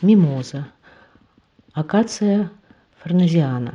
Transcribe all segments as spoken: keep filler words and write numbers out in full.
мимоза, акация фарнезиана.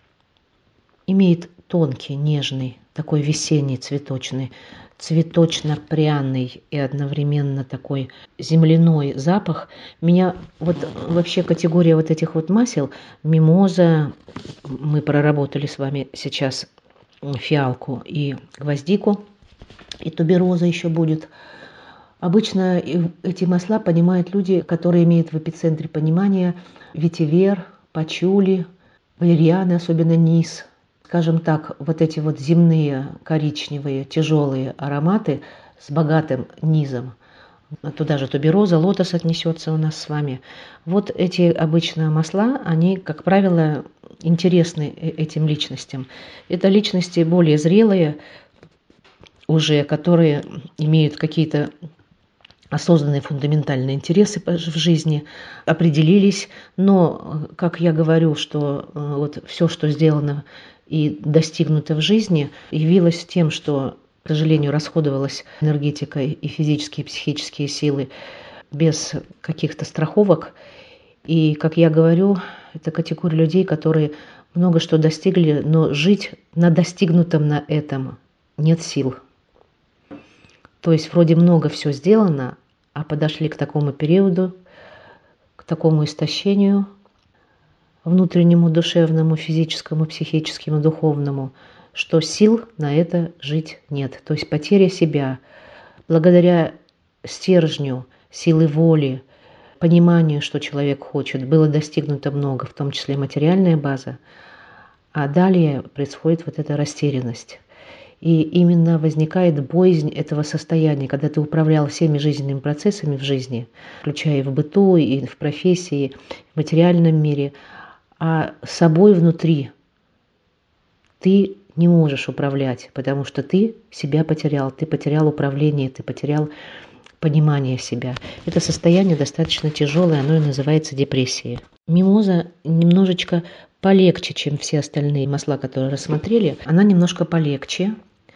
Имеет тонкий, нежный, такой весенний цветочный, цветочно-пряный и одновременно такой земляной запах. Меня вот вообще категория вот этих вот масел, мимоза, мы проработали с вами сейчас фиалку и гвоздику, и тубероза еще будет. Обычно эти масла понимают люди, которые имеют в эпицентре понимания ветивер, пачули, валерьяны, особенно низ. Скажем так, вот эти вот земные коричневые тяжелые ароматы с богатым низом. Туда же тубероза, лотос отнесется у нас с вами. Вот эти обычно масла, они, как правило, интересны этим личностям. Это личности более зрелые уже, которые имеют какие-то осознанные фундаментальные интересы в жизни, определились. Но, как я говорю, что вот все, что сделано и достигнуто в жизни, явилось тем, что, к сожалению, расходовалась энергетика и физические, и психические силы без каких-то страховок. И, как я говорю, это категория людей, которые много что достигли, но жить на достигнутом на этом нет сил. То есть вроде много все сделано, а подошли к такому периоду, к такому истощению внутреннему, душевному, физическому, психическому, духовному, что сил на это жить нет. То есть потеря себя. Благодаря стержню, силы воли, пониманию, что человек хочет, было достигнуто много, в том числе материальная база, а далее происходит вот эта растерянность. И именно возникает боязнь этого состояния, когда ты управлял всеми жизненными процессами в жизни, включая и в быту, и в профессии, в материальном мире, а собой внутри ты не можешь управлять, потому что ты себя потерял, ты потерял управление, ты потерял понимание себя. Это состояние достаточно тяжелое, оно и называется депрессией. Мимоза немножечко полегче, чем все остальные масла, которые рассмотрели. Она немножко полегче,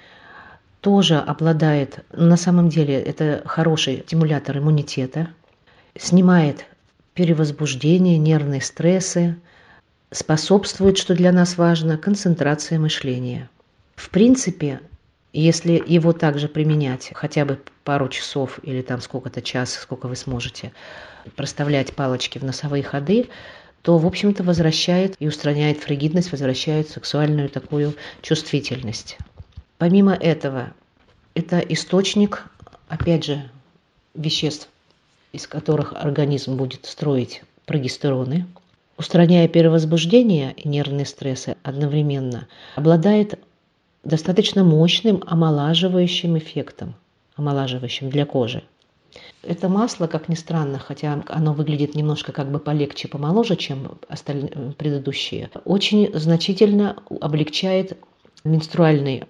тоже обладает, на самом деле, это хороший стимулятор иммунитета, снимает перевозбуждение, нервные стрессы, способствует, что для нас важно, концентрация мышления. В принципе, если его также применять хотя бы пару часов или там сколько-то час, сколько вы сможете, проставлять палочки в носовые ходы, то, в общем-то, возвращает и устраняет фригидность, возвращает сексуальную такую чувствительность. Помимо этого, это источник, опять же, веществ, из которых организм будет строить прогестероны, устраняя перевозбуждение и нервные стрессы одновременно, обладает достаточно мощным омолаживающим эффектом, омолаживающим для кожи. Это масло, как ни странно, хотя оно выглядит немножко как бы полегче, помоложе, чем остальные предыдущие, очень значительно облегчает менструальный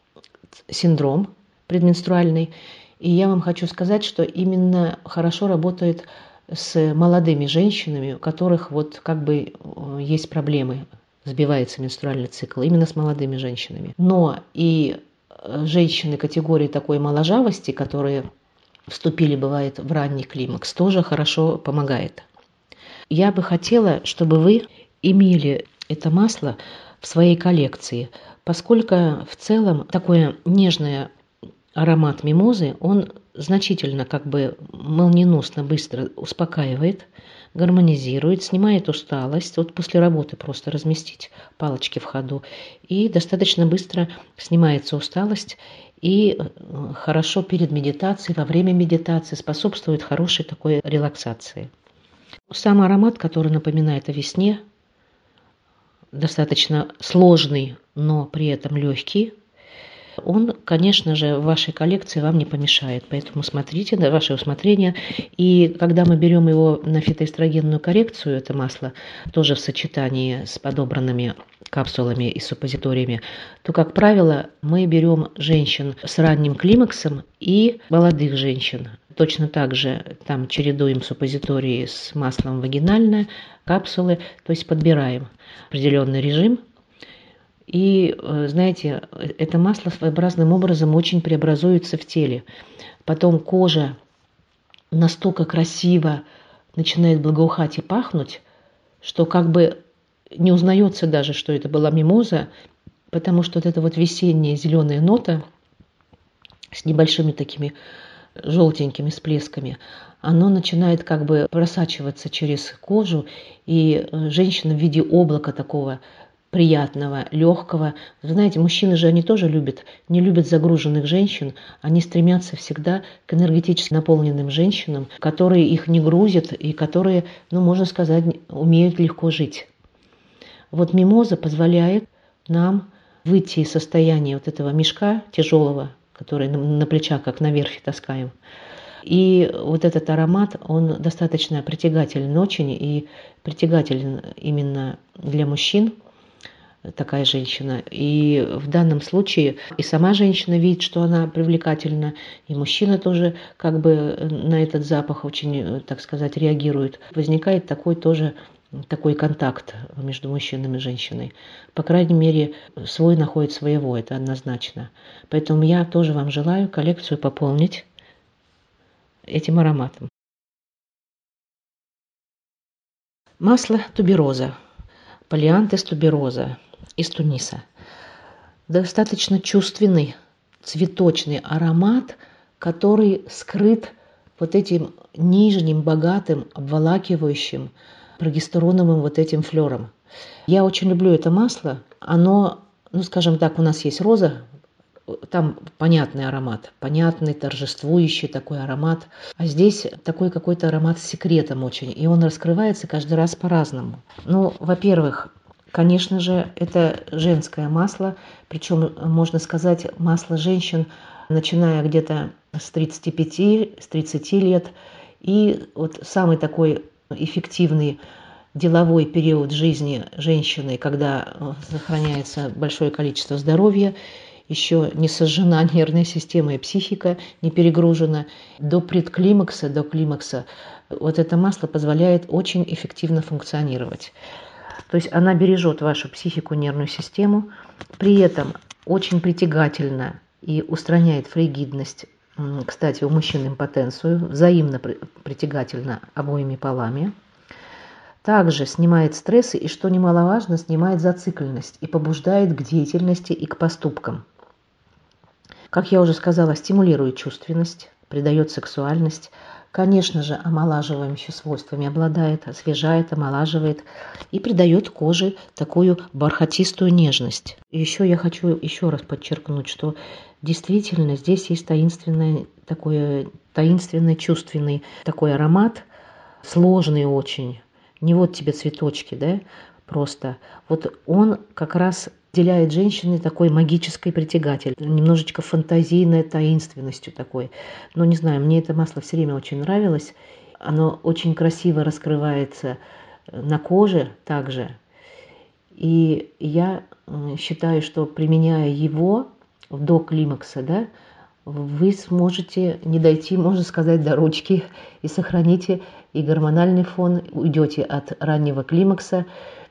синдром предменструальный. И я вам хочу сказать, что именно хорошо работает с молодыми женщинами, у которых вот как бы есть проблемы, сбивается менструальный цикл, именно с молодыми женщинами. Но и женщины категории такой моложавости, которые вступили, бывает, в ранний климакс, тоже хорошо помогает. Я бы хотела, чтобы вы имели это масло в своей коллекции, поскольку в целом такой нежный аромат мимозы, он значительно, как бы молниеносно, быстро успокаивает, гармонизирует, снимает усталость. Вот после работы просто разместить палочки в ходу, и достаточно быстро снимается усталость, и хорошо перед медитацией, во время медитации способствует хорошей такой релаксации. Сам аромат, который напоминает о весне, достаточно сложный, но при этом легкий, он, конечно же, в вашей коллекции вам не помешает, поэтому смотрите на ваше усмотрение. И когда мы берем его на фитоэстрогенную коррекцию, это масло, тоже в сочетании с подобранными капсулами и суппозиториями, то, как правило, мы берем женщин с ранним климаксом и молодых женщин. Точно так же там чередуем суппозитории с маслом вагинальное, капсулы, то есть подбираем определенный режим. И, знаете, это масло своеобразным образом очень преобразуется в теле. Потом кожа настолько красиво, начинает благоухать и пахнуть, что как бы не узнается даже, что это была мимоза, потому что вот эта вот весенняя зеленая нота с небольшими такими желтенькими всплесками, оно начинает как бы просачиваться через кожу, и женщина в виде облака такого приятного, легкого. Вы знаете, мужчины же, они тоже любят, не любят загруженных женщин, они стремятся всегда к энергетически наполненным женщинам, которые их не грузят и которые, ну, можно сказать, умеют легко жить. Вот мимоза позволяет нам выйти из состояния вот этого мешка тяжелого, который на плечах как на верфи таскаем. И вот этот аромат, он достаточно притягателен очень, и притягателен именно для мужчин, такая женщина. И в данном случае и сама женщина видит, что она привлекательна, и мужчина тоже как бы на этот запах очень, так сказать, реагирует. Возникает такой тоже такой контакт между мужчиной и женщиной. По крайней мере, свой находит своего, это однозначно. Поэтому я тоже вам желаю коллекцию пополнить этим ароматом. Масло тубероза, Полиантес тубероза из Туниса. Достаточно чувственный, цветочный аромат, который скрыт вот этим нижним, богатым, обволакивающим, прогестероновым вот этим флером. Я очень люблю это масло. Оно, ну скажем так, у нас есть роза, там понятный аромат, понятный, торжествующий такой аромат. А здесь такой какой-то аромат с секретом очень, и он раскрывается каждый раз по-разному. Ну, во-первых, конечно же, это женское масло, причем, можно сказать, масло женщин, начиная где-то с тридцати пяти, с тридцати лет. И вот самый такой эффективный деловой период жизни женщины, когда сохраняется большое количество здоровья, еще не сожжена нервная система и психика, не перегружена. До предклимакса, до климакса вот это масло позволяет очень эффективно функционировать. То есть она бережет вашу психику, нервную систему, при этом очень притягательно и устраняет фригидность. Кстати, у мужчин импотенцию, взаимно притягательно обоими полами. Также снимает стрессы и, что немаловажно, снимает зацикленность и побуждает к деятельности и к поступкам. Как я уже сказала, стимулирует чувственность, придает сексуальность. Конечно же, омолаживающими свойствами обладает, освежает, омолаживает и придает коже такую бархатистую нежность. И еще я хочу еще раз подчеркнуть, что действительно здесь есть таинственный такой, таинственный, чувственный такой аромат, сложный очень. Не вот тебе цветочки, да, просто. Вот он как раз наделяет женщине такой магической притягатель, немножечко фантазийной таинственностью такой. Но не знаю, мне это масло все время очень нравилось. Оно очень красиво раскрывается на коже также. И я считаю, что применяя его до климакса, да, вы сможете не дойти, можно сказать, до ручки и сохраните и гормональный фон, уйдете от раннего климакса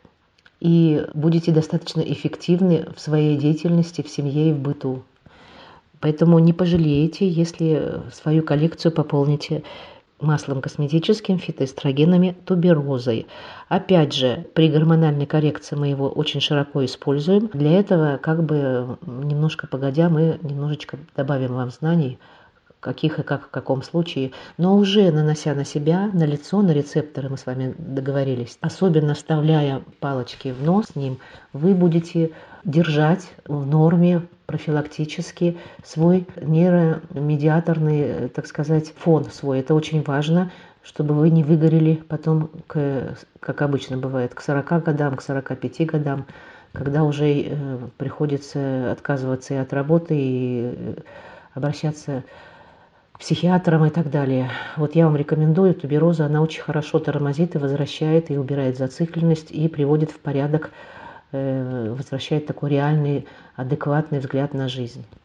и будете достаточно эффективны в своей деятельности, в семье и в быту. Поэтому не пожалеете, если свою коллекцию пополните маслом косметическим, фитоэстрогенами, туберозой. Опять же, при гормональной коррекции мы его очень широко используем. Для этого, как бы немножко погодя, мы немножечко добавим вам знаний, каких и как, в каком случае. Но уже нанося на себя, на лицо, на рецепторы, мы с вами договорились, особенно вставляя палочки в нос с ним, вы будете держать в норме профилактически свой нейромедиаторный, так сказать, фон свой. Это очень важно, чтобы вы не выгорели потом, к, как обычно бывает, к сорока годам, к сорока пяти годам, когда уже э, приходится отказываться и от работы, и обращаться к психиатрам и так далее. Вот я вам рекомендую туберозу, она очень хорошо тормозит и возвращает, и убирает зацикленность, и приводит в порядок, э, возвращает такой реальный, адекватный взгляд на жизнь.